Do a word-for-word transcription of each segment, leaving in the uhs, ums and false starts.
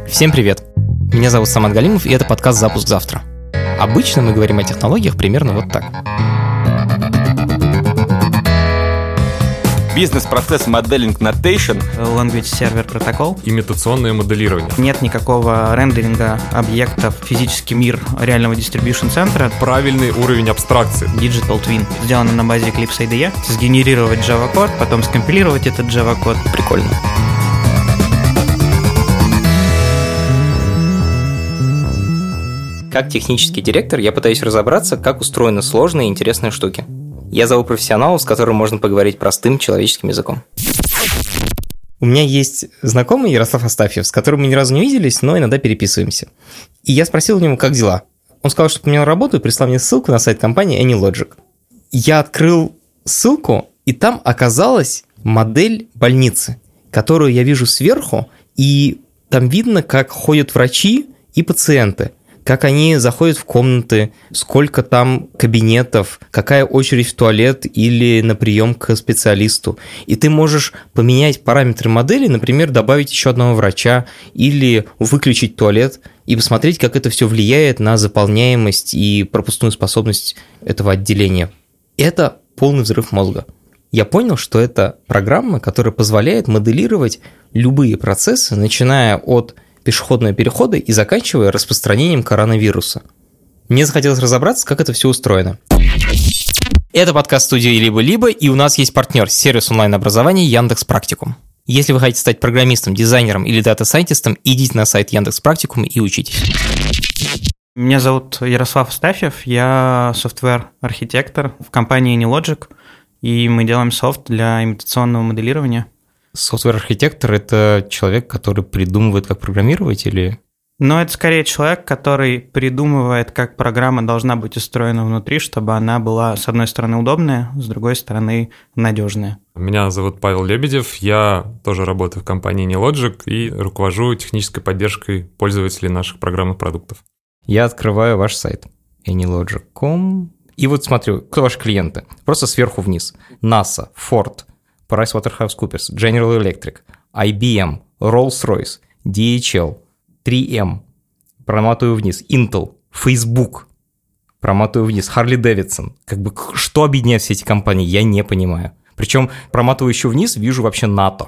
Всем привет! Меня зовут Самат Галимов, и это подкаст «Запуск завтра». Обычно мы говорим о технологиях примерно вот так. Бизнес-процесс моделинг notation, Language Server Protocol, имитационное моделирование. Нет никакого рендеринга объектов, физический мир реального дистрибьюшн-центра. Правильный уровень абстракции. Digital Twin, сделано на базе Eclipse ай ди и. Сгенерировать Java-код, потом скомпилировать этот Java-код. Прикольно. Как технический директор я пытаюсь разобраться, как устроены сложные и интересные штуки. Я зову профессионала, с которым можно поговорить простым человеческим языком. У меня есть знакомый Ярослав Астафьев, с которым мы ни разу не виделись, но иногда переписываемся. И я спросил у него, как дела. Он сказал, что поменял работу и прислал мне ссылку на сайт компании AnyLogic. Я открыл ссылку, и там оказалась модель больницы, которую я вижу сверху, и там видно, как ходят врачи и пациенты. Как они заходят в комнаты, сколько там кабинетов, какая очередь в туалет или на прием к специалисту. И ты можешь поменять параметры модели, например, добавить еще одного врача или выключить туалет и посмотреть, как это все влияет на заполняемость и пропускную способность этого отделения. Это полный взрыв мозга. Я понял, что это программа, которая позволяет моделировать любые процессы, начиная от пешеходного перехода и заканчивая распространением коронавируса. Мне захотелось разобраться, как это все устроено. Это подкаст студии «Либо-либо», и у нас есть партнер, сервис онлайн-образования Яндекс.Практикум. Если вы хотите стать программистом, дизайнером или дата-сайентистом, идите на сайт Яндекс.Практикум и учитесь. Меня зовут Ярослав Астафьев, я софтвер-архитектор в компании AnyLogic, и мы делаем софт для имитационного моделирования. Софтвер-архитектор – это человек, который придумывает, как программировать, или… Но это скорее человек, который придумывает, как программа должна быть устроена внутри, чтобы она была, с одной стороны, удобная, с другой стороны, надежная. Меня зовут Павел Лебедев, я тоже работаю в компании AnyLogic и руковожу технической поддержкой пользователей наших программных продуктов. Я открываю ваш сайт anylogic точка ком, и вот смотрю, кто ваши клиенты. Просто сверху вниз. NASA, Ford, PricewaterhouseCoopers, General Electric, ай би эм, Rolls-Royce, ди эйч эл, три эм, проматываю вниз, Intel, Facebook, проматываю вниз, Harley-Davidson. Как бы что объединяет все эти компании, я не понимаю. Причем проматываю еще вниз, вижу вообще НАТО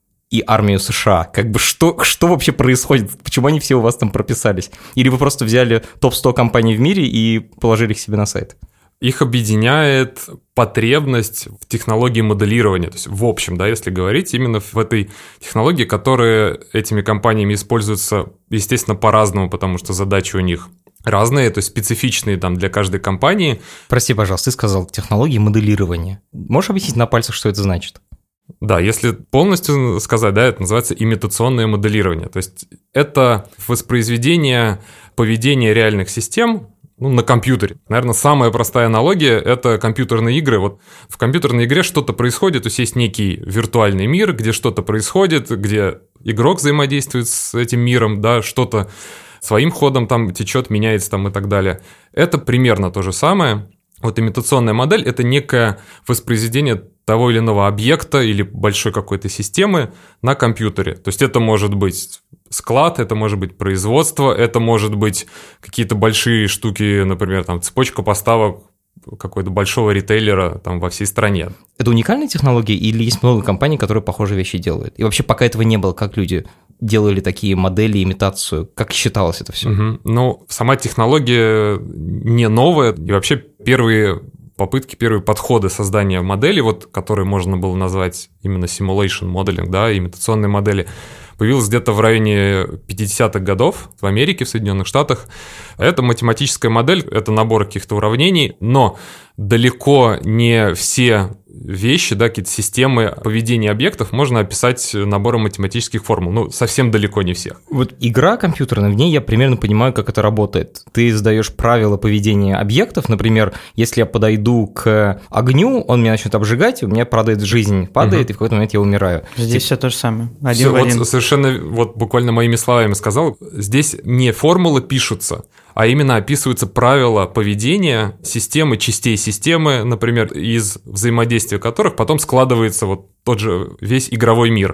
и армию США. Как бы что, что вообще происходит? Почему они все у вас там прописались? Или вы просто взяли топ сто компаний в мире и положили их себе на сайт? Их объединяет потребность в технологии моделирования. То есть, в общем, да, если говорить, именно в этой технологии, которые этими компаниями используются, естественно, по-разному, потому что задачи у них разные, то есть специфичные там для каждой компании. Прости, пожалуйста, ты сказал технологии моделирования. Можешь объяснить на пальцах, что это значит? Да, если полностью сказать, да, это называется имитационное моделирование. То есть это воспроизведение поведения реальных систем, ну, на компьютере. Наверное, самая простая аналогия – это компьютерные игры. Вот в компьютерной игре что-то происходит, то есть есть некий виртуальный мир, где что-то происходит, где игрок взаимодействует с этим миром, да, что-то своим ходом там течет, меняется там и так далее. Это примерно то же самое. Вот имитационная модель – это некое воспроизведение того или иного объекта или большой какой-то системы на компьютере. То есть это может быть склад, это может быть производство, это может быть какие-то большие штуки, например, там цепочка поставок какого-то большого ритейлера там во всей стране. Это уникальная технология или есть много компаний, которые похожие вещи делают? И вообще пока этого не было, как люди делали такие модели, имитацию? Как считалось это все? Угу. Ну, сама технология не новая, и вообще первые попытки, первые подходы создания модели, вот, которые можно было назвать именно simulation modeling, да, имитационные модели, появилась где-то в районе пятидесятых годов в Америке, в Соединенных Штатах. Это математическая модель, это набор каких-то уравнений, но далеко не все вещи, да, какие-то системы поведения объектов можно описать набором математических формул. Ну, совсем далеко не всех. Вот игра компьютерная, в ней я примерно понимаю, как это работает. Ты задаешь правила поведения объектов, например, если я подойду к огню, он меня начнет обжигать, у меня падает жизнь, падает, угу. и в какой-то момент я умираю. Здесь Тип... все то же самое. Один все, в один. Вот совершенно, вот буквально моими словами сказал, здесь не формулы пишутся, а именно описываются правила поведения системы, частей системы, например, из взаимодействия которых потом складывается вот тот же весь игровой мир.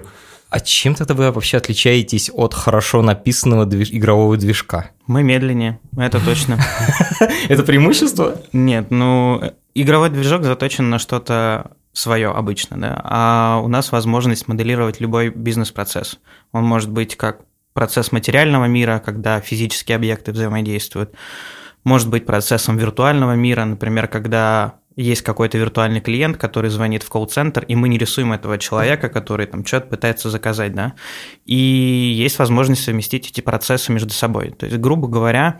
А чем тогда вы вообще отличаетесь от хорошо написанного движ- игрового движка? Мы медленнее, это точно. Это преимущество? Нет, ну, игровой движок заточен на что-то свое обычно, да, а у нас возможность моделировать любой бизнес-процесс. Он может быть как процесс материального мира, когда физические объекты взаимодействуют, может быть процессом виртуального мира, например, когда есть какой-то виртуальный клиент, который звонит в колл-центр, и мы не рисуем этого человека, который там что-то пытается заказать, да, и есть возможность совместить эти процессы между собой. То есть, грубо говоря,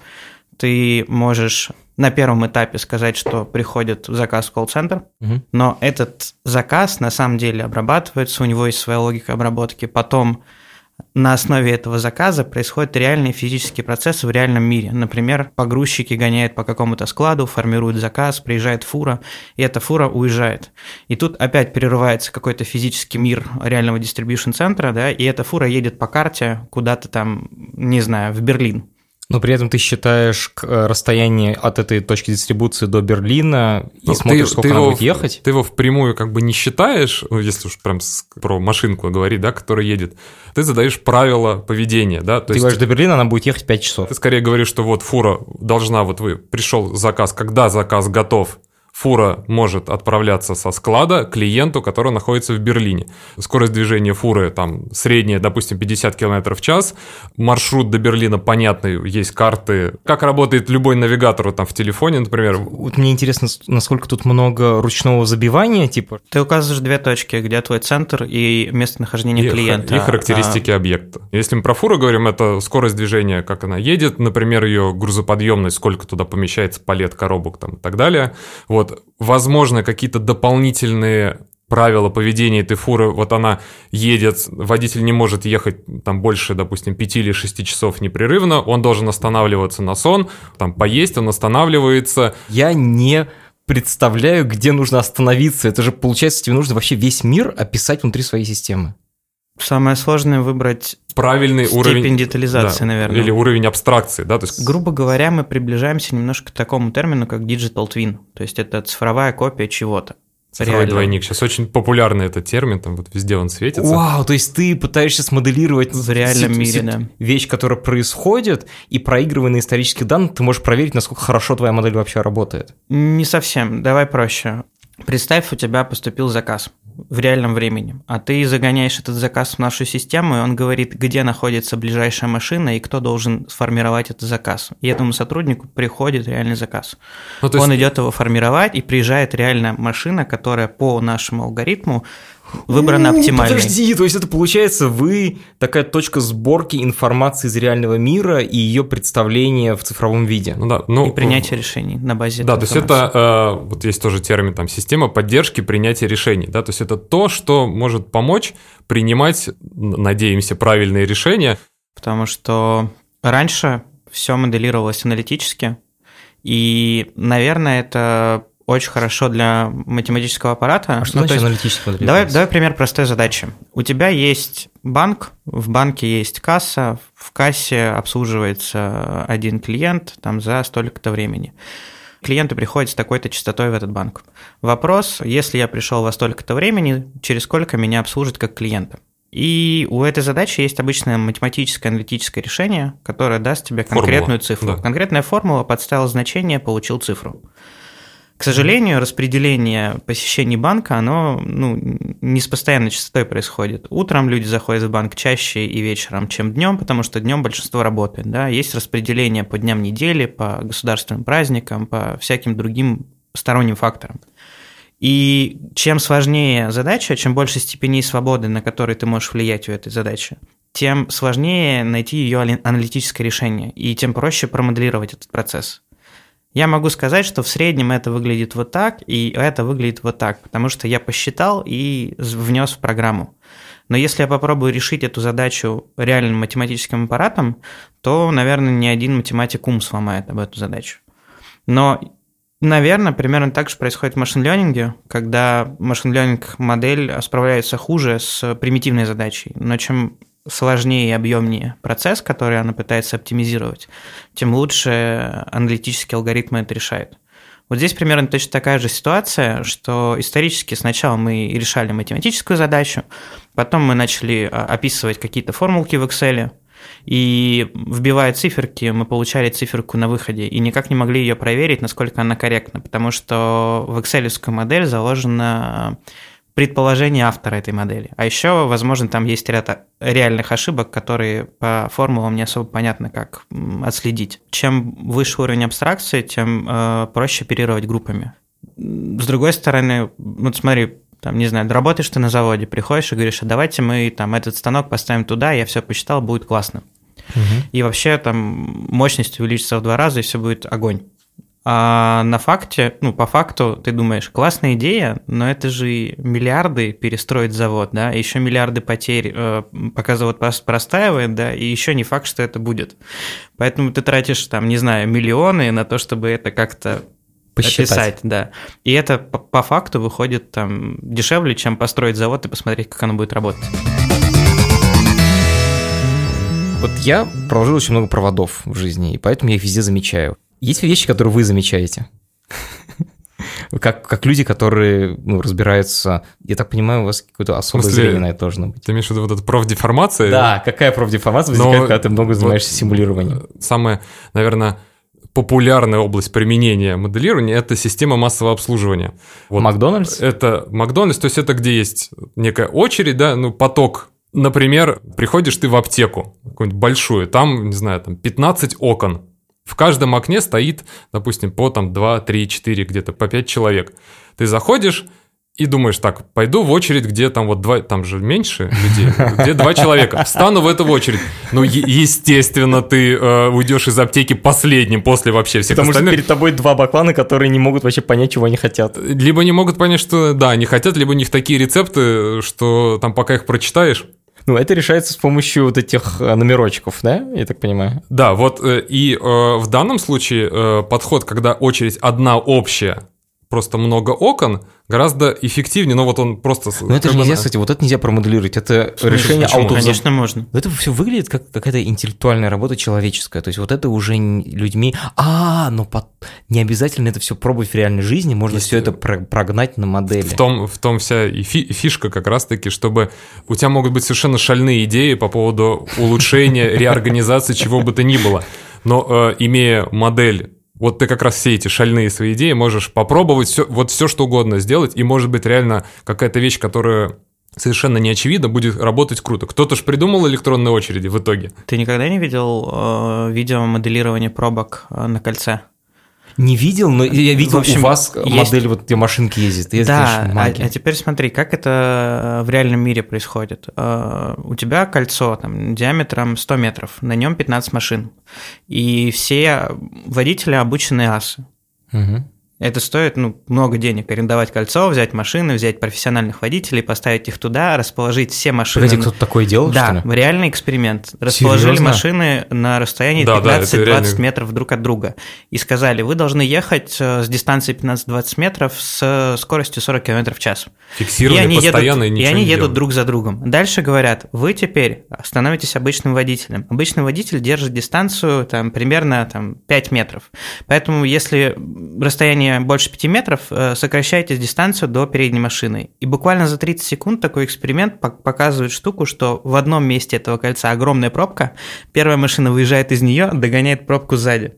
ты можешь на первом этапе сказать, что приходит заказ в колл-центр, угу. но этот заказ на самом деле обрабатывается, у него есть своя логика обработки, потом на основе этого заказа происходят реальные физические процессы в реальном мире. Например, погрузчики гоняют по какому-то складу, формируют заказ, приезжает фура, и эта фура уезжает. И тут опять прерывается какой-то физический мир реального дистрибьюшн-центра, да, и эта фура едет по карте куда-то там, не знаю, в Берлин. Но при этом ты считаешь расстояние от этой точки дистрибуции до Берлина и ну, смотришь, ты, сколько ты она его, будет ехать? Ты его впрямую как бы не считаешь, ну, если уж прям про машинку говорить, да, которая едет. Ты задаешь правила поведения, да. То ты есть, говоришь, до Берлина она будет ехать пять часов. Ты скорее говоришь, что вот фура должна, вот вы, пришел заказ, когда заказ готов, фура может отправляться со склада к клиенту, который находится в Берлине. Скорость движения фуры там средняя, допустим, пятьдесят километров в час. Маршрут до Берлина понятный, есть карты. Как работает любой навигатор там в телефоне, например. Вот мне интересно, насколько тут много ручного забивания, типа. Ты указываешь две точки, где твой центр и местонахождение и клиента. И характеристики а... объекта. Если мы про фуру говорим, это скорость движения, как она едет, например, ее грузоподъемность, сколько туда помещается палет, коробок там, и так далее. Вот. Возможно, какие-то дополнительные правила поведения этой фуры, вот она едет, водитель не может ехать там больше, допустим, пяти или шести часов непрерывно, он должен останавливаться на сон, там поесть, он останавливается. Я не представляю, где нужно остановиться, это же, получается, тебе нужно вообще весь мир описать внутри своей системы. Самое сложное выбрать правильный степень уровень детализации, да, наверное. Или уровень абстракции, да, то есть... Грубо говоря, мы приближаемся немножко к такому термину, как digital twin, то есть это цифровая копия чего-то. Цифровой реально. Двойник. Сейчас очень популярный этот термин, там вот везде он светится. Вау, то есть ты пытаешься смоделировать в реальном мире, да. вещь, которая происходит, и проигрывая на исторических данных, ты можешь проверить, насколько хорошо твоя модель вообще работает. Не совсем, давай проще. Представь, у тебя поступил заказ в реальном времени, а ты загоняешь этот заказ в нашу систему, и он говорит, где находится ближайшая машина и кто должен сформировать этот заказ. И этому сотруднику приходит реальный заказ. Ну, есть... Он идет его формировать, и приезжает реальная машина, которая по нашему алгоритму выбрана оптимальной. Подожди, то есть это получается вы такая точка сборки информации из реального мира и ее представления в цифровом виде. Ну, да, ну, и принятие решений на базе да, этой то есть это, э, вот есть тоже термин, там, система поддержки принятия решений, да, то есть это то, что может помочь принимать, надеемся, правильные решения. Потому что раньше все моделировалось аналитически, и, наверное, это... очень хорошо для математического аппарата. А что ну, значит аналитического? Давай, давай пример простой задачи. У тебя есть банк, в банке есть касса, в кассе обслуживается один клиент там, за столько-то времени. Клиенты приходят с такой-то частотой в этот банк. Вопрос, если я пришел во столько-то времени, через сколько меня обслужат как клиента? И у этой задачи есть обычное математическое аналитическое решение, которое даст тебе конкретную формула. Цифру. Да. Конкретная формула, подставил значение, получил цифру. К сожалению, распределение посещений банка, оно ну, не с постоянной частотой происходит. Утром люди заходят в банк чаще и вечером, чем днем, потому что днем большинство работает. Да? Есть распределение по дням недели, по государственным праздникам, по всяким другим сторонним факторам. И чем сложнее задача, чем больше степеней свободы, на которые ты можешь влиять у этой задачи, тем сложнее найти ее аналитическое решение, и тем проще промоделировать этот процесс. Я могу сказать, что в среднем это выглядит вот так, и это выглядит вот так, потому что я посчитал и внес в программу. Но если я попробую решить эту задачу реальным математическим аппаратом, то, наверное, ни один математик ум сломает об эту задачу. Но, наверное, примерно так же происходит в машин-лернинге, когда машин-лернинг-модель справляется хуже с примитивной задачей. Но чем сложнее и объемнее процесс, который она пытается оптимизировать, тем лучше аналитические алгоритмы это решают. Вот здесь примерно точно такая же ситуация, что исторически сначала мы решали математическую задачу, потом мы начали описывать какие-то формулки в Excel, и вбивая циферки, мы получали циферку на выходе, и никак не могли ее проверить, насколько она корректна, потому что в экселевскую модель заложено предположение автора этой модели. А еще, возможно, там есть ряд реальных ошибок, которые по формулам не особо понятно, как отследить. Чем выше уровень абстракции, тем э, проще оперировать группами. С другой стороны, вот смотри, там, не знаю, работаешь ты на заводе, приходишь и говоришь, а давайте мы там этот станок поставим туда, я все посчитал, будет классно. Угу. И вообще там мощность увеличится в два раза, и все будет огонь. А на факте, ну, по факту ты думаешь, классная идея, но это же миллиарды перестроить завод, да, еще миллиарды потерь, пока завод простаивает, да, и еще не факт, что это будет. Поэтому ты тратишь, там, не знаю, миллионы на то, чтобы это как-то посчитать, описать, да. И это по, по факту выходит там дешевле, чем построить завод и посмотреть, как оно будет работать. Вот я проложил очень много проводов в жизни, и поэтому я их везде замечаю. Есть вещи, которые вы замечаете? Как, как люди, которые ну, разбираются... Я так понимаю, у вас какое-то особое зрение на это должно быть. Ты имеешь в виду вот эту профдеформацию? Да, какая профдеформация возникает, Но, когда ты много занимаешься вот симулированием? Самая, наверное, популярная область применения моделирования – это система массового обслуживания. Вот Макдональдс? Это Макдональдс, то есть это где есть некая очередь, да, ну, поток. Например, приходишь ты в аптеку, какую-нибудь большую, там, не знаю, там пятнадцать окон. В каждом окне стоит, допустим, по там два, три, четыре, где-то по пять человек. Ты заходишь и думаешь, так, пойду в очередь, где там вот два, там же меньше людей, где два человека, встану в эту очередь. Ну, е- естественно, ты э, уйдешь из аптеки последним после вообще всех Потому остальных. Потому что перед тобой два баклана, которые не могут вообще понять, чего они хотят. Либо не могут понять, что да, они хотят, либо у них такие рецепты, что там пока их прочитаешь. Ну, это решается с помощью вот этих номерочков, да, я так понимаю? Да, вот и э, в данном случае э, подход, когда очередь одна общая, просто много окон, гораздо эффективнее, но вот он просто... Но это же нельзя, кстати, вот это нельзя промоделировать, это решение аутозам... Конечно, можно. Это все выглядит как какая-то интеллектуальная работа человеческая, то есть вот это уже людьми... А, но под... не обязательно это все пробовать в реальной жизни, можно Если... все это прогнать на модели. В том, в том вся и фи- фишка как раз-таки, чтобы у тебя могут быть совершенно шальные идеи по поводу улучшения, реорганизации, чего бы то ни было, но имея модель, вот ты как раз все эти шальные свои идеи можешь попробовать все, вот все, что угодно сделать, и может быть реально какая-то вещь, которая совершенно не очевидна, будет работать круто. Кто-то же придумал электронные очереди в итоге. Ты никогда не видел э, видео моделирования пробок э, на кольце? Не видел, но я видел, в общем, у вас есть... модель, вот где машинки ездят. ездят да, а, а теперь смотри, как это в реальном мире происходит. У тебя кольцо там, диаметром сто метров, на нем пятнадцать машин, и все водители обучены АСы. Угу. Это стоит ну, много денег, арендовать кольцо, взять машины, взять профессиональных водителей, поставить их туда, расположить все машины. Погоди, кто-то такое делал, да, что ли? Да, реальный эксперимент. Расположили Серьезно? машины на расстоянии да, пятнадцать-двадцать да, реально... метров друг от друга. И сказали, вы должны ехать с дистанции пятнадцать-двадцать метров с скоростью сорок километров в час. Фиксировали постоянно, едут, и ничего И они не едут делают. друг за другом. Дальше говорят, вы теперь становитесь обычным водителем. Обычный водитель держит дистанцию там, примерно там, пять метров. Поэтому если расстояние больше пяти метров, сокращайте дистанцию до передней машины. И буквально за тридцать секунд такой эксперимент показывает штуку, что в одном месте этого кольца огромная пробка, первая машина выезжает из нее, догоняет пробку сзади.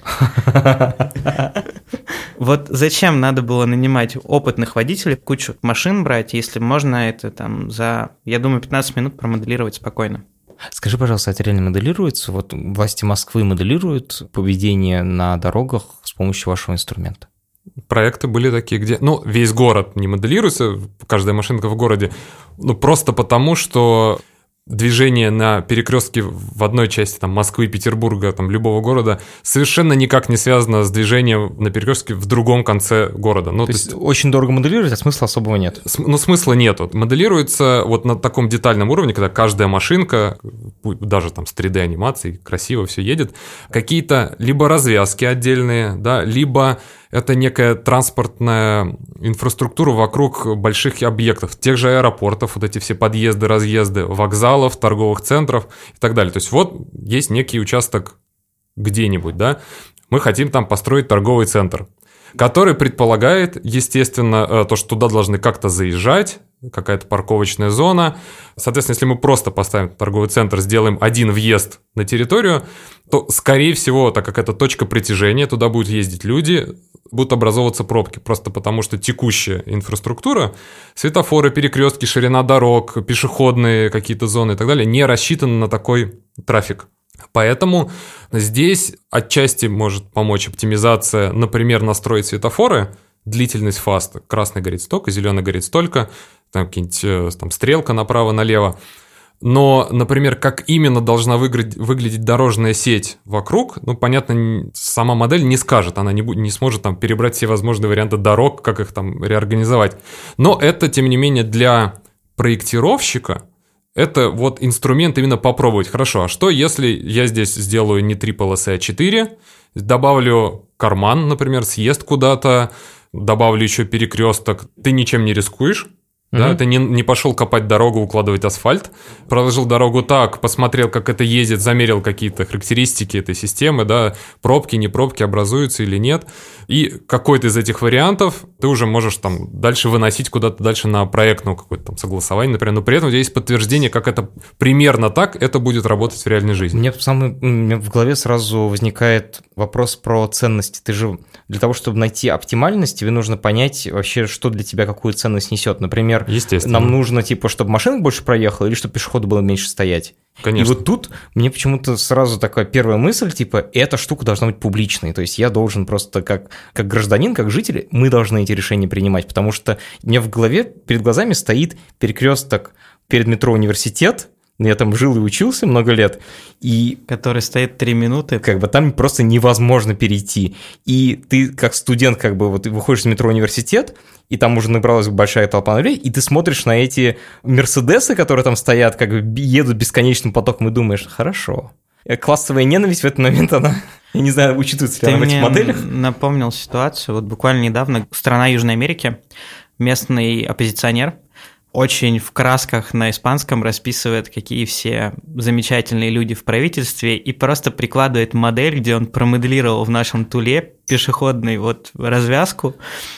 Вот зачем надо было нанимать опытных водителей, кучу машин брать, если можно это там за, я думаю, пятнадцать минут промоделировать спокойно. Скажи, пожалуйста, это реально моделируется? Вот власти Москвы моделируют поведение на дорогах с помощью вашего инструмента? Проекты были такие, где, ну, весь город не моделируется, каждая машинка в городе, ну, просто потому, что движение на перекрестке в одной части там, Москвы, Петербурга, там, любого города совершенно никак не связано с движением на перекрестке в другом конце города. Ну, то, то есть очень дорого моделировать, а смысла особого нет? С, ну, смысла нету. Моделируется вот на таком детальном уровне, когда каждая машинка, даже там с три дэ-анимацией, красиво все едет, какие-то либо развязки отдельные, да, либо это некая транспортная инфраструктура вокруг больших объектов, тех же аэропортов, вот эти все подъезды, разъезды, вокзалов, торговых центров и так далее. То есть вот есть некий участок где-нибудь, да, мы хотим там построить торговый центр. который предполагает, естественно, то, что туда должны как-то заезжать, какая-то парковочная зона. Соответственно, если мы просто поставим торговый центр, сделаем один въезд на территорию, то, скорее всего, так как это точка притяжения, туда будут ездить люди, будут образовываться пробки, просто потому что текущая инфраструктура, светофоры, перекрестки, ширина дорог, пешеходные какие-то зоны и так далее, не рассчитаны на такой трафик. Поэтому здесь отчасти может помочь оптимизация, например, настроить светофоры, длительность фаста, красный горит столько, зеленый горит столько, там какие-нибудь там, стрелка направо-налево. Но, например, как именно должна выглядеть, выглядеть дорожная сеть вокруг, ну, понятно, сама модель не скажет, она не, не сможет там перебрать все возможные варианты дорог, как их там реорганизовать. Но это, тем не менее, для проектировщика это вот инструмент именно попробовать. Хорошо, а что если я здесь сделаю не три полосы, а четыре, добавлю карман, например, съезд куда-то, добавлю еще перекресток, ты ничем не рискуешь. Да, mm-hmm. Ты не, не пошел копать дорогу, укладывать асфальт, проложил дорогу так, посмотрел, как это ездит, замерил какие-то характеристики этой системы, да, пробки, не пробки, образуются или нет. И какой-то из этих вариантов ты уже можешь там дальше выносить куда-то дальше на проектную какое-то там согласование, например, но при этом у тебя есть подтверждение, как это примерно так это будет работать в реальной жизни. Мне, самый, у меня в голове сразу возникает вопрос про ценности. Ты же для того, чтобы найти оптимальность, тебе нужно понять вообще, что для тебя какую ценность несет. Например, естественно, нам нужно, типа, чтобы машин больше проехало или чтобы пешеходу было меньше стоять. Конечно. И вот тут мне почему-то сразу такая первая мысль, типа, эта штука должна быть публичной. То есть я должен просто как, как гражданин, как житель, мы должны эти решения принимать, потому что у меня в голове, перед глазами стоит перекресток перед метро «Университет». Я там жил и учился много лет, и... Который стоит три минуты. Как бы там просто невозможно перейти. И ты как студент как бы вот выходишь из метро «Университет», и там уже набралась большая толпа людей, и ты смотришь на эти «Мерседесы», которые там стоят, как бы едут бесконечным потоком, и думаешь, хорошо. Классовая ненависть в этот момент, она... Я не знаю, учитывается ли она в этих моделях. Ты мне напомнил ситуацию. Вот буквально недавно страна Южной Америки, местный оппозиционер, очень в красках на испанском расписывает, какие все замечательные люди в правительстве, и просто прикладывает модель, где он промоделировал в нашем туле пешеходную вот развязку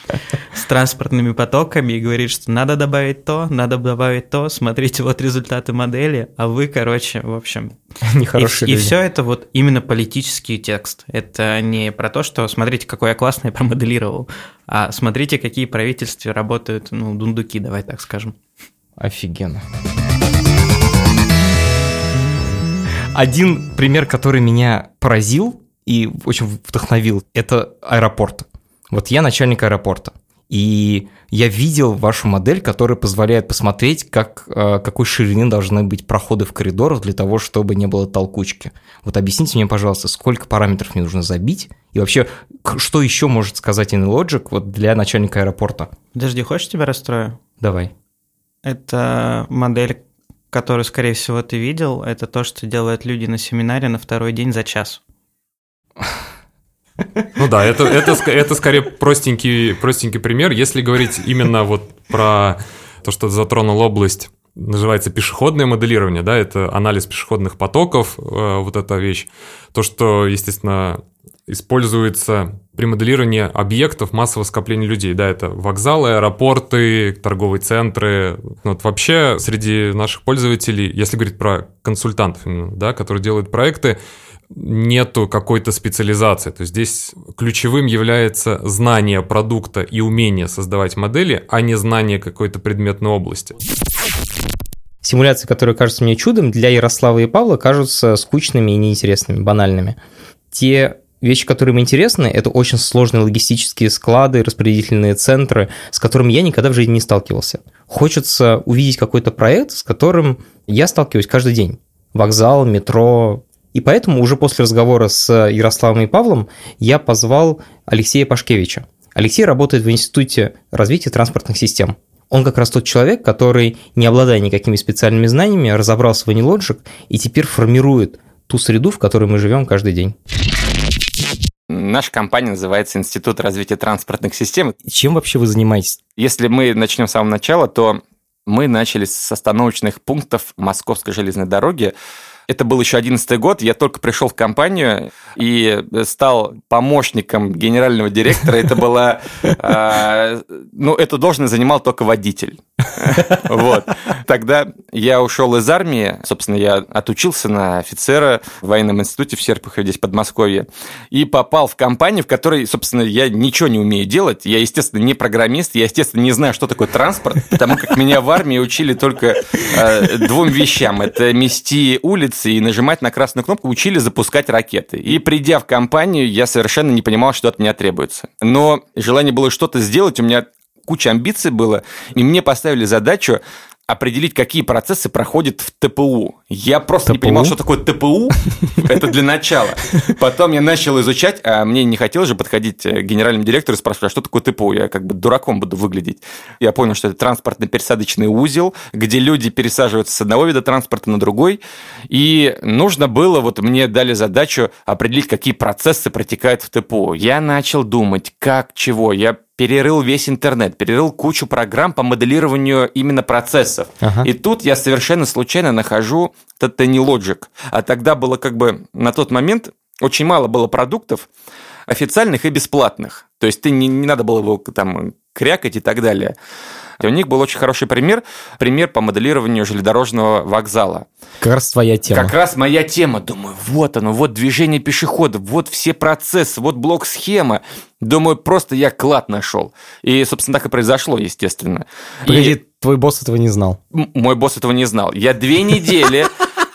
с транспортными потоками и говорит, что надо добавить то, надо добавить то, смотрите, вот результаты модели, а вы, короче, в общем... Нехорошие и, люди. И все это вот именно политический текст. Это не про то, что смотрите, какой я классный промоделировал, а смотрите, какие в правительстве работают, ну, дундуки, давай так скажем. Офигенно. Один пример, который меня поразил и очень вдохновил, это аэропорт. Вот я начальник аэропорта, и я видел вашу модель, которая позволяет посмотреть, как, какой ширины должны быть проходы в коридорах для того, чтобы не было толкучки. Вот объясните мне, пожалуйста, сколько параметров мне нужно забить, и вообще, что еще может сказать InnoLogic вот для начальника аэропорта? Подожди, хочешь, тебя расстрою? Давай. Это модель, которую, скорее всего, ты видел. Это то, что делают люди на семинаре на второй день за час. Ну да, это, это, это скорее простенький, простенький пример. Если говорить именно вот про то, что затронул область, называется пешеходное моделирование, да, это анализ пешеходных потоков, вот эта вещь. То, что, естественно, используется при моделировании объектов массового скопления людей. Да, это вокзалы, аэропорты, торговые центры. Вот вообще среди наших пользователей, если говорить про консультантов, да, которые делают проекты, нету какой-то специализации. То есть здесь ключевым является знание продукта и умение создавать модели, а не знание какой-то предметной области. Симуляции, которые кажутся мне чудом, для Ярослава и Павла кажутся скучными и неинтересными, банальными. Те вещи, которые им интересны, это очень сложные логистические склады, распределительные центры, с которыми я никогда в жизни не сталкивался. Хочется увидеть какой-то проект, с которым я сталкиваюсь каждый день. Вокзал, метро. И поэтому уже после разговора с Ярославом и Павлом я позвал Алексея Пашкевича. Алексей работает в Институте развития транспортных систем. Он как раз тот человек, который, не обладая никакими специальными знаниями, разобрался в InnoLogic и теперь формирует ту среду, в которой мы живем каждый день. Наша компания называется Институт развития транспортных систем. Чем вообще вы занимаетесь? Если мы начнем с самого начала, то мы начали с остановочных пунктов Московской железной дороги Это был еще одиннадцатый год, я только пришел в компанию и стал помощником генерального директора. Это была... Ну, эту должность занимал только водитель. Вот. Тогда я ушел из армии, собственно, я отучился на офицера в военном институте в Серпухове, здесь, в Подмосковье, и попал в компанию, в которой, собственно, я ничего не умею делать. Я, естественно, не программист, я, естественно, не знаю, что такое транспорт, потому как меня в армии учили только э, двум вещам. Это мести улицы и нажимать на красную кнопку, учили запускать ракеты. И придя в компанию, я совершенно не понимал, что от меня требуется. Но желание было что-то сделать, у меня куча амбиций было, и мне поставили задачу определить, какие процессы проходят в ТПУ. Я просто ТПУ? не понимал, что такое ТПУ. Это для начала. Потом я начал изучать, а мне не хотелось же подходить к генеральному директору и спрашивать, а что такое ТПУ? Я как бы дураком буду выглядеть. Я понял, что это транспортно-пересадочный узел, где люди пересаживаются с одного вида транспорта на другой. И нужно было, вот мне дали задачу определить, какие процессы протекают в ТПУ. Я начал думать, как, чего. Я перерыл весь интернет, перерыл кучу программ по моделированию именно процессов. Ага. И тут я совершенно случайно нахожу этот AnyLogic. А тогда было как бы на тот момент очень мало было продуктов официальных и бесплатных. То есть ты не, не надо было его там крякать и так далее. И у них был очень хороший пример, пример по моделированию железнодорожного вокзала. Как раз твоя тема. Как раз моя тема. Думаю, вот оно, вот движение пешеходов, вот все процессы, вот блок-схема. Думаю, просто я клад нашел. И, собственно, так и произошло, естественно. Погоди, и... твой босс этого не знал? Мой босс этого не знал. Я две недели...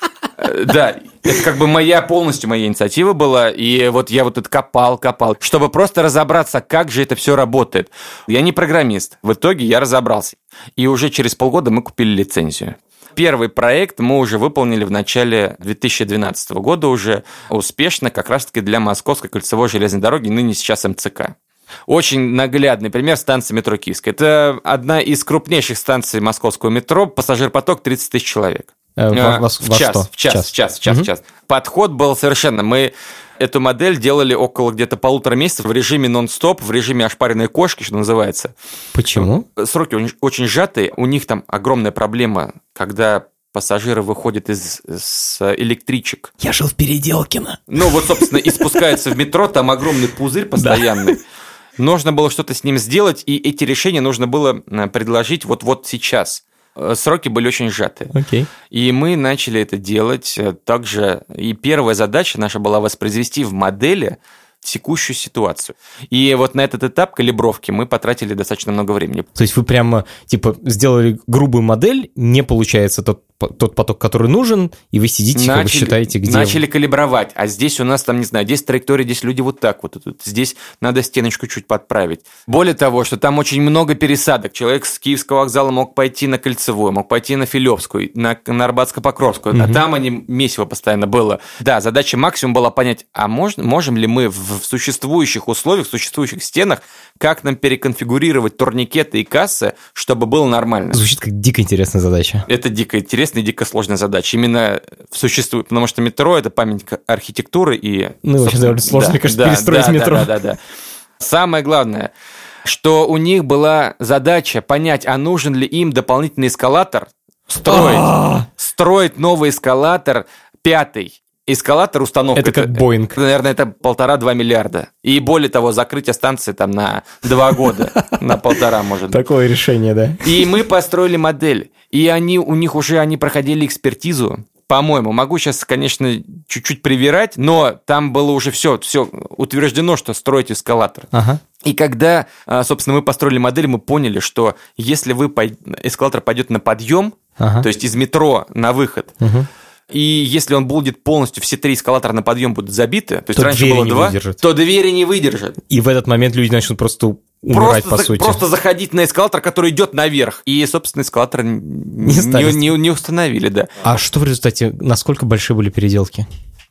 Да, это как бы моя, полностью моя инициатива была, и вот я вот это копал, копал, чтобы просто разобраться, как же это все работает. Я не программист, в итоге я разобрался, и уже через полгода мы купили лицензию. Первый проект мы уже выполнили в начале две тысячи двенадцатого года уже успешно, как раз-таки для Московской кольцевой железной дороги, ныне сейчас эм цэ ка. Очень наглядный пример станции метро Киевская. Это одна из крупнейших станций московского метро, пассажир-поток тридцать тысяч человек. Э, в, во, в, во час, что? в час, в час, в час, угу. в час. Подход был совершенно... Мы эту модель делали около где-то полутора месяцев в режиме нон-стоп, в режиме ошпаренной кошки, что называется. Почему? Сроки очень сжатые. У них там огромная проблема, когда пассажиры выходят из, из электричек. Я жил в Переделкино. Ну вот, собственно, и спускаются в метро, там огромный пузырь постоянный. Нужно было что-то с ним сделать, и эти решения нужно было предложить вот-вот сейчас. Сроки были очень сжатые. Okay. И мы начали это делать также. И первая задача наша была воспроизвести в модели текущую ситуацию. И вот на этот этап калибровки мы потратили достаточно много времени. То есть вы прямо, типа, сделали грубую модель, не получается тот, тот поток, который нужен, и вы сидите, начали, вы считаете, где... Начали калибровать, а здесь у нас там, не знаю, здесь траектория, здесь люди вот так вот, здесь надо стеночку чуть подправить. Более того, что там очень много пересадок. Человек с Киевского вокзала мог пойти на Кольцевую, мог пойти на Филевскую, на, на Арбатско-Покровскую, угу. а там они, месиво постоянно было. Да, задача максимум была понять, а можно, можем ли мы в в существующих условиях, в существующих стенах, как нам переконфигурировать турникеты и кассы, чтобы было нормально. Звучит как дико интересная задача. Это дико интересная и дико сложная задача. Именно существует, потому что метро – это памятник архитектуры и... Ну, вообще довольно сложно, да, мне кажется, да, перестроить да, метро. Да, да, да, да. Самое главное, что у них была задача понять, а нужен ли им дополнительный эскалатор, строить, строить новый эскалатор, пятый. Эскалатор, установка. Это как Боинг. Наверное, это полтора-два миллиарда. И более того, закрытие станции там на два года, на полтора, может быть. Такое решение, да. И мы построили модель. И они, у них уже они проходили экспертизу. По-моему, могу сейчас, конечно, чуть-чуть привирать, но там было уже все, все утверждено, что строить эскалатор. Ага. И когда, собственно, мы построили модель, мы поняли, что если вы эскалатор пойдет на подъем, ага. то есть из метро на выход, угу. и если он будет полностью, все три эскалатора на подъем будут забиты, то есть то раньше было два, выдержит. то двери не выдержат. И в этот момент люди начнут просто умирать, просто по за, сути. Просто заходить на эскалатор, который идет наверх. И, собственно, эскалатор не, не, не, не установили, да. А что в результате, насколько большие были переделки?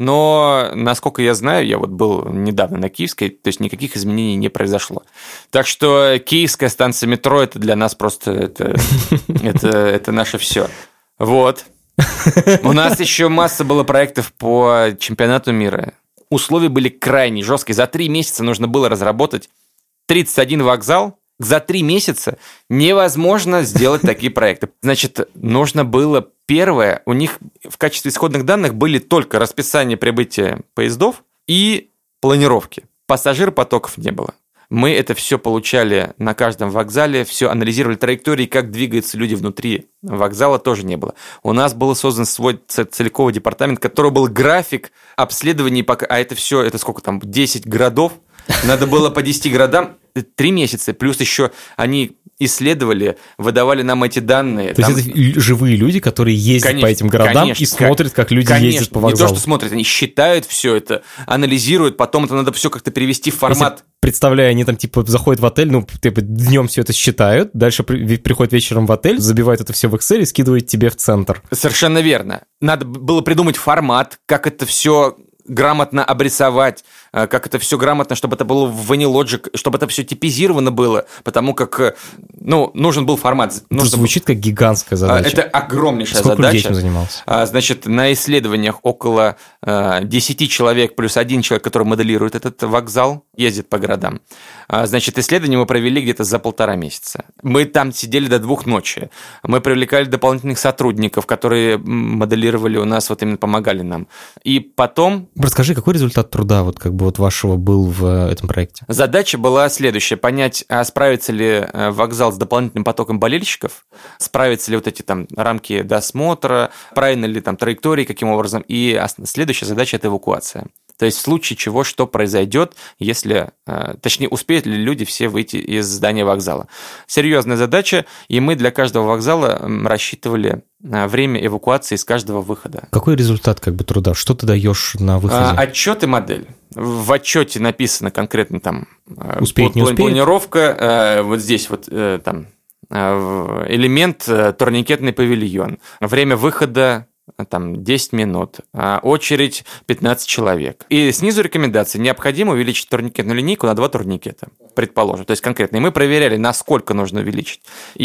Но, насколько я знаю, я вот был недавно на Киевской, то есть никаких изменений не произошло. Так что Киевская станция метро – это для нас просто это, это, это наше все. Вот. У нас еще масса было проектов по чемпионату мира. Условия были крайне жесткие. За три месяца нужно было разработать тридцать один вокзал За три месяца невозможно сделать такие проекты. Значит, нужно было первое, у них в качестве исходных данных были только расписание прибытия поездов и планировки. Пассажир-потоков не было. Мы это все получали на каждом вокзале, все анализировали траектории, как двигаются люди внутри вокзала, тоже не было. У нас был создан свой целиковый департамент, который был график обследований, а это все, это сколько там, десять городов, надо было по десяти городам, три месяца, плюс еще они исследовали, выдавали нам эти данные. То там... есть это живые люди, которые ездят конечно, по этим городам конечно, и смотрят, как люди конечно, ездят по вокзалу. Не то, что смотрят, они считают все это, анализируют, потом это надо все как-то перевести в формат. Если, представляю, они там типа заходят в отель, ну, типа, днем все это считают, дальше при, приходят вечером в отель, забивают это все в Excel и скидывают тебе в центр. Совершенно верно. Надо было придумать формат, как это все грамотно обрисовать, как это все грамотно, чтобы это было в AnyLogic, чтобы это все типизировано было, потому как, ну, нужен был формат. Это звучит как гигантская задача. Это огромнейшая Сколько задача. Сколько людей этим занимался? Значит, на исследованиях около десять человек плюс один человек, который моделирует этот вокзал, ездит по городам. Значит, исследования мы провели где-то за полтора месяца. Мы там сидели до двух ночи. Мы привлекали дополнительных сотрудников, которые моделировали у нас, вот именно помогали нам. И потом... Расскажи, какой результат труда вот как бы вот вашего был в этом проекте? Задача была следующая: понять, а справится ли вокзал с дополнительным потоком болельщиков, справятся ли вот эти там рамки досмотра, правильно ли там траектории, каким образом. И следующая задача – это эвакуация. То есть в случае чего, что произойдет, если, точнее, успеют ли люди все выйти из здания вокзала. Серьезная задача, и мы для каждого вокзала рассчитывали время эвакуации из каждого выхода. Какой результат как бы труда? Что ты даешь на выходе? А, отчет и модель. В отчете написано конкретно там успеет, не успеет? Планировка, вот здесь вот там элемент турникетный павильон, время выхода там десять минут, а очередь пятнадцать человек. И снизу рекомендации: необходимо увеличить турникетную линейку на два турникета, предположим. То есть конкретно. И мы проверяли, насколько нужно увеличить.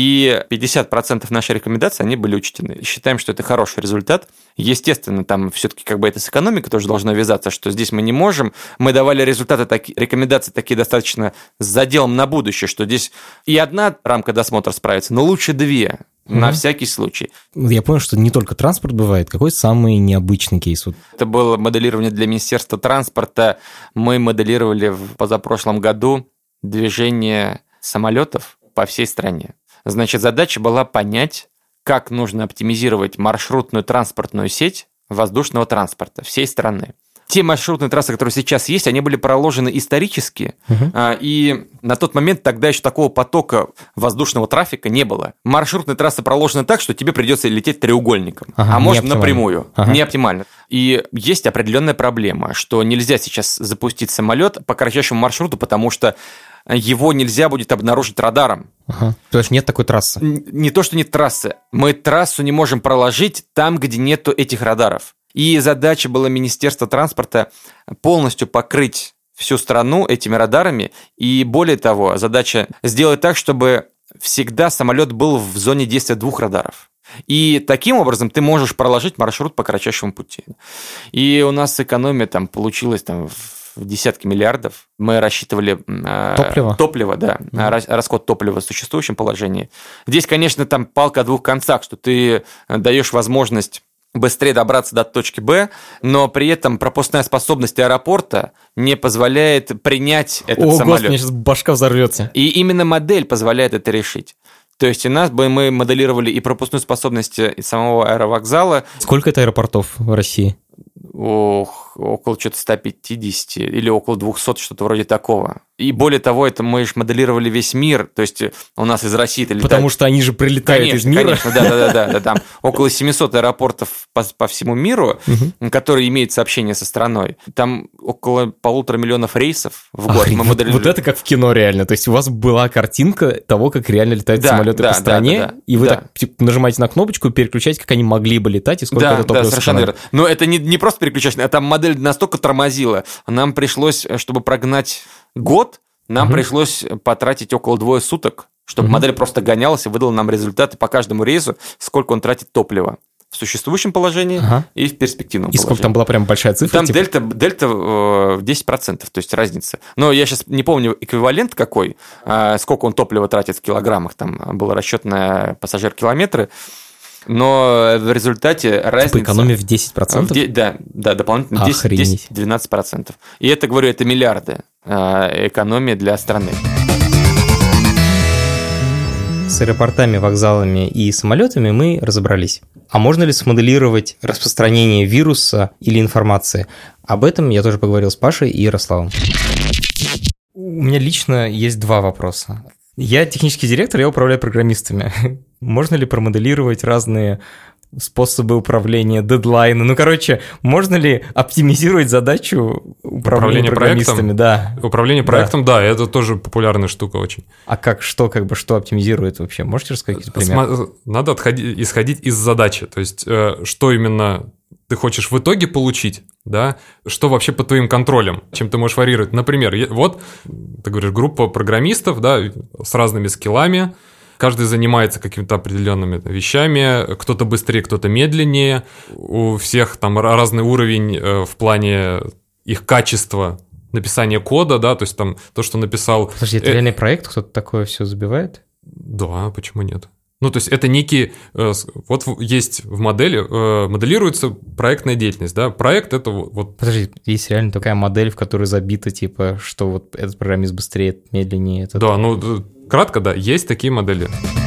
И пятьдесят процентов нашей рекомендации, они были учтены. Считаем, что это хороший результат. Естественно, там все-таки как бы это с экономикой тоже должно вязаться, что здесь мы не можем. Мы давали результаты, таки, рекомендации такие достаточно с заделом на будущее, что здесь и одна рамка досмотра справится, но лучше две. На mm-hmm. всякий случай. Я понял, что не только транспорт бывает. Какой самый необычный кейс? Это было моделирование для Министерства транспорта. Мы моделировали в позапрошлом году движение самолетов по всей стране. Значит, задача была понять, как нужно оптимизировать маршрутную транспортную сеть воздушного транспорта всей страны. Те маршрутные трассы, которые сейчас есть, они были проложены исторически, uh-huh. и на тот момент тогда еще такого потока воздушного трафика не было. Маршрутные трассы проложены так, что тебе придется лететь треугольником, ага, а может напрямую, ага. не оптимально. И есть определенная проблема, что нельзя сейчас запустить самолет по кратчайшему маршруту, потому что его нельзя будет обнаружить радаром. Ага. То есть нет такой трассы? Не то, что нет трассы. Мы трассу не можем проложить там, где нету этих радаров. И задача была Министерства транспорта полностью покрыть всю страну этими радарами. И более того, задача сделать так, чтобы всегда самолет был в зоне действия двух радаров. И таким образом ты можешь проложить маршрут по кратчайшему пути. И у нас экономия там получилась там, в десятки миллиардов. Мы рассчитывали топливо, топливо да, mm-hmm. расход топлива в существующем положении. Здесь, конечно, там палка о двух концах, что ты даешь возможность быстрее добраться до точки Б, но при этом пропускная способность аэропорта не позволяет принять этот О, самолет. О, Господи, мне сейчас башка взорвется. И именно модель позволяет это решить. То есть у нас бы мы моделировали и пропускную способность самого аэровокзала. Сколько это аэропортов в России? Ох, около что-то сто пятьдесят или около двести, что-то вроде такого. И более того, это мы же моделировали весь мир, то есть у нас из России-то летает... Потому что они же прилетают конечно, из мира. Конечно, да-да-да, там около семьсот аэропортов по, по всему миру, угу. которые имеют сообщение со страной. Там около полутора миллионов рейсов в год. Ах, мы вот, вот это как в кино реально, то есть у вас была картинка того, как реально летают да, самолеты да, по стране, да, да, да, и вы да. так типа, нажимаете на кнопочку и переключаете, как они могли бы летать и сколько да, это топлива. Да, совершенно верно. Но это не, не просто переключать, а там модель настолько тормозила. Нам пришлось, чтобы прогнать год, нам угу. пришлось потратить около двое суток, чтобы угу. модель просто гонялась и выдала нам результаты по каждому рейсу, сколько он тратит топлива. в существующем положении ага. и в перспективном и положении. И сколько там была прям большая цифра? Там типа? дельта, дельта в десять процентов, то есть разница. Но я сейчас не помню эквивалент какой, сколько он топлива тратит в килограммах, там был расчет на пассажир-километры, но в результате разница... Типа экономия в десять процентов? В де... Да, да, дополнительно десять-двенадцать процентов. И это, говорю, это миллиарды экономии для страны. С аэропортами, вокзалами и самолетами мы разобрались. А можно ли смоделировать распространение вируса или информации? Об этом я тоже поговорил с Пашей и Ярославом. У меня лично есть два вопроса. Я технический директор, я управляю программистами. Можно ли промоделировать разные способы управления, дедлайны? Ну, короче, можно ли оптимизировать задачу управления, управление программистами? Проектом? Да. Управление проектом, да. да, это тоже популярная штука очень. А как, что, как бы, что оптимизирует вообще? Можете рассказать какие-то примеры? Надо отходить, исходить из задачи, то есть, что именно ты хочешь в итоге получить, да, что вообще под твоим контролем, чем ты можешь варьировать. Например, вот, ты говоришь, группа программистов, да, с разными скиллами, каждый занимается какими-то определенными вещами, кто-то быстрее, кто-то медленнее, у всех там разный уровень в плане их качества написания кода, да, то есть там то, что написал... Подожди, это реальный проект, кто-то такое все забивает? Да, почему нет? Ну, то есть это некий... Вот есть в модели, моделируется проектная деятельность, да, проект это вот... Подожди, есть реально такая модель, в которой забито, типа, что вот этот программист быстрее, медленнее. Этот... Да, ну, кратко, да, есть такие модели.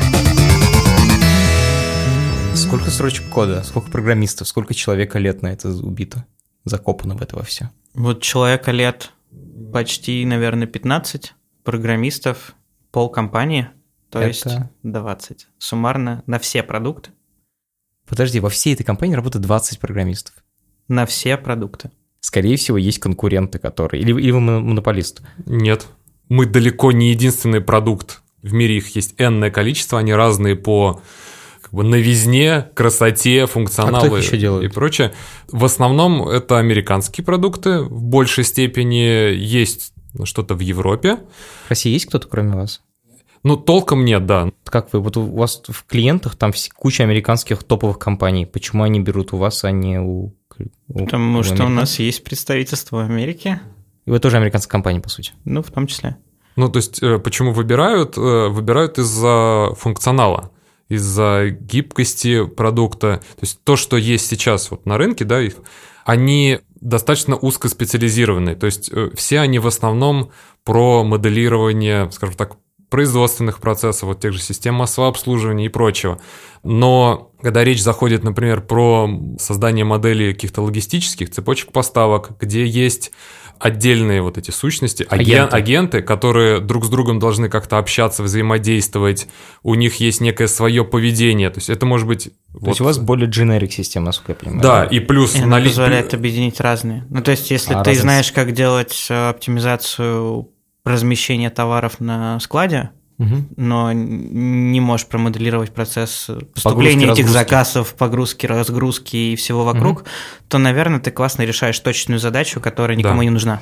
Сколько строчек кода, сколько программистов, сколько человека лет на это убито, закопано в это во все? Вот человека лет почти, наверное, пятнадцать, программистов, полкомпании. То это... есть двадцать. Суммарно на все продукты. Подожди, во всей этой компании работает двадцать программистов? На все продукты. Скорее всего, есть конкуренты, которые... Или, или вы монополист? Нет. Мы далеко не единственный продукт. В мире их есть энное количество, они разные по как бы, новизне, красоте, функционалу а кто их еще делает? И прочее. В основном это американские продукты. В большей степени есть что-то в Европе. В России есть кто-то, кроме вас? Ну, толком нет, да. Как вы, вот у вас в клиентах там куча американских топовых компаний. Почему они берут у вас, а не у... у Потому у что у нас есть представительство в Америке. И вы тоже американская компания, по сути? Ну, в том числе. Ну, то есть, почему выбирают? Выбирают из-за функционала, из-за гибкости продукта. То есть, то, что есть сейчас вот на рынке, да, они достаточно узкоспециализированные. То есть, все они в основном про моделирование, скажем так, производственных процессов, вот тех же систем массового обслуживания и прочего. Но когда речь заходит, например, про создание моделей каких-то логистических цепочек поставок, где есть отдельные вот эти сущности, агенты. агенты, которые друг с другом должны как-то общаться, взаимодействовать, у них есть некое свое поведение, то есть это может быть... То вот... есть у вас более generic система, насколько я понимаю. Да, и плюс... И она нали... позволяет объединить разные. Ну, то есть если а, ты разные... знаешь, как делать оптимизацию размещения товаров на складе, угу. но не можешь промоделировать процесс поступления погрузки, этих разгрузки. заказов, погрузки, разгрузки и всего вокруг, угу. то, наверное, ты классно решаешь точную задачу, которая никому да. не нужна.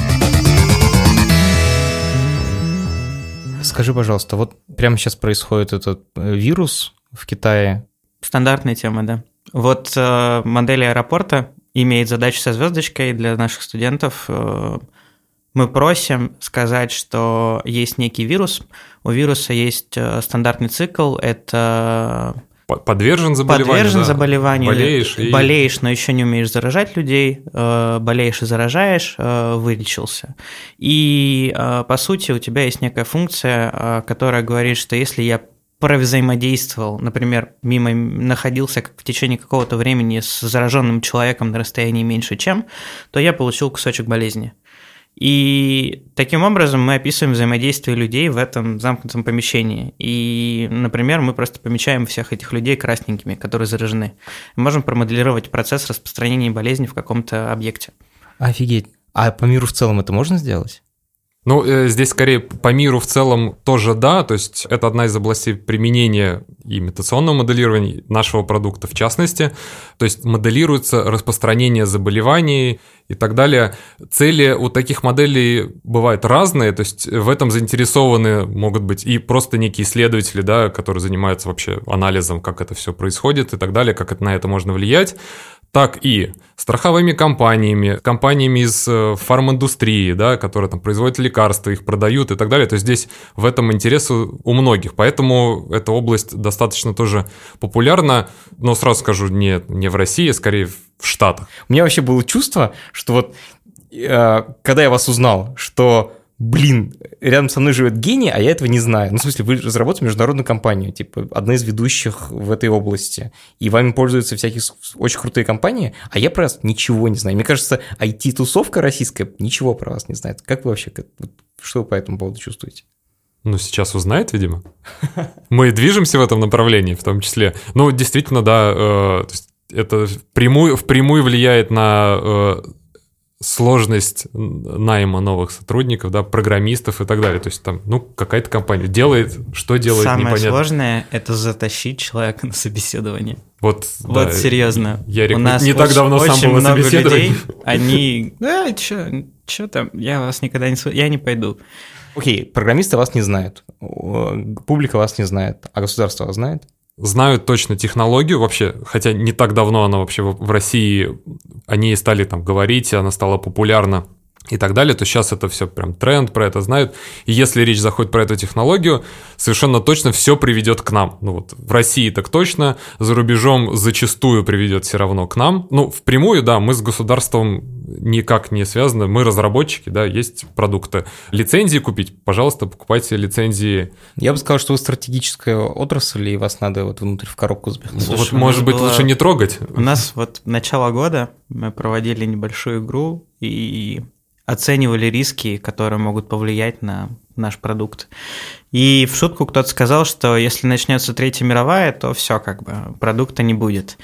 Скажи, пожалуйста, вот прямо сейчас происходит этот вирус в Китае. Стандартная тема, да. Вот э, модель аэропорта имеет задачу со звездочкой для наших студентов. Э, Мы просим сказать, что есть некий вирус. У вируса есть стандартный цикл. Это подвержен заболеванию, подвержен да. заболеванию, болеешь, и... болеешь, но еще не умеешь заражать людей, болеешь и заражаешь, вылечился. И по сути у тебя есть некая функция, которая говорит, что если я провзаимодействовал, например, мимо находился в течение какого-то времени с зараженным человеком на расстоянии меньше чем, то я получил кусочек болезни. И таким образом мы описываем взаимодействие людей в этом замкнутом помещении. И, например, мы просто помечаем всех этих людей красненькими, которые заражены. Мы можем промоделировать процесс распространения болезни в каком-то объекте. Офигеть. А по миру в целом это можно сделать? Ну, э, здесь скорее по миру в целом тоже да, то есть это одна из областей применения имитационного моделирования нашего продукта в частности, то есть моделируется распространение заболеваний и так далее. Цели у таких моделей бывают разные, то есть в этом заинтересованы могут быть и просто некие исследователи, да, которые занимаются вообще анализом, как это все происходит и так далее, как это, на это можно влиять, так и страховыми компаниями, компаниями из фарминдустрии, да, которые там производят лекарства, их продают и так далее. То есть здесь в этом интерес у многих, поэтому эта область достаточно тоже популярна, но сразу скажу, не, не в России, а скорее в Штатах. У меня вообще было чувство, что вот э, когда я вас узнал, что блин, рядом со мной живет гений, а я этого не знаю. Ну, в смысле, вы разработали международную компанию, типа, одна из ведущих в этой области, и вами пользуются всякие очень крутые компании, а я про вас ничего не знаю. Мне кажется, ай ти-тусовка российская ничего про вас не знает. Как вы вообще, что вы по этому поводу чувствуете? Ну, сейчас узнает, видимо. Мы движемся в этом направлении, в том числе. Ну, действительно, да, э, то есть это впрямую, впрямую влияет на... Э, сложность найма новых сотрудников, да, программистов и так далее. То есть там, ну, какая-то компания делает, что делает, Самое непонятно. Самое сложное – это затащить человека на собеседование. Вот, вот да, серьезно. Ярик у нас не очень, так давно сам был на собеседовании. Людей, они, да, что там, я вас никогда не... Я не пойду. Окей, программисты вас не знают, публика вас не знает, а государство вас знает? Знают точно технологию вообще, хотя не так давно она вообще в России, о ней стали там говорить, она стала популярна и так далее, то сейчас это все прям тренд, про это знают. И если речь заходит про эту технологию, совершенно точно все приведет к нам. Ну вот в России так точно, за рубежом зачастую приведет все равно к нам. Ну, впрямую, да, мы с государством никак не связаны, мы разработчики, да, есть продукты. Лицензии купить, пожалуйста, покупайте лицензии. Я бы сказал, что вы стратегическая отрасль, и вас надо вот внутрь в коробку запихнуть. Слушай, вот, может быть, было... лучше не трогать. У нас вот начало года мы проводили небольшую игру и оценивали риски, которые могут повлиять на наш продукт. И в шутку кто-то сказал, что если начнется Третья мировая, то все, как бы, продукта не будет.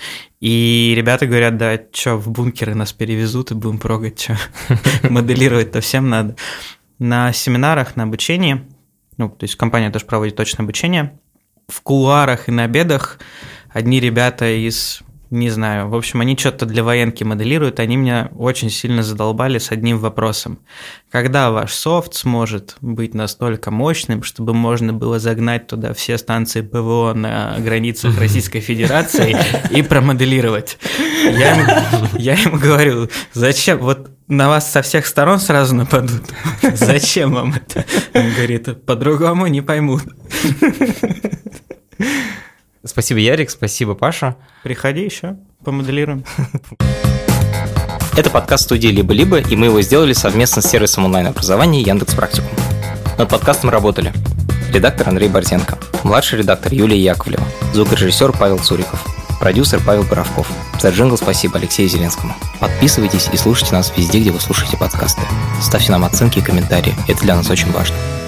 И ребята говорят, да, что, в бункеры нас перевезут и будем прогать, что, моделировать-то всем надо. На семинарах, на обучении, ну, то есть компания тоже проводит точное обучение, в кулуарах и на обедах одни ребята из... Не знаю, в общем, они что-то для военки моделируют, они меня очень сильно задолбали с одним вопросом. Когда ваш софт сможет быть настолько мощным, чтобы можно было загнать туда все станции ПВО на границах Российской Федерации и промоделировать? Я ему, я ему говорю, зачем? Вот на вас со всех сторон сразу нападут. Зачем вам это? Он говорит, по-другому не поймут. Спасибо, Ярик, спасибо, Паша. Приходи еще, помоделируем. Это подкаст студии «Либо-либо», и мы его сделали совместно с сервисом онлайн-образования Яндекс.Практикум. Над подкастом работали редактор Андрей Борзенко, младший редактор Юлия Яковлева, звукорежиссер Павел Цуриков, продюсер Павел Боровков. За джингл спасибо Алексею Зеленскому. Подписывайтесь и слушайте нас везде, где вы слушаете подкасты. Ставьте нам оценки и комментарии, это для нас очень важно.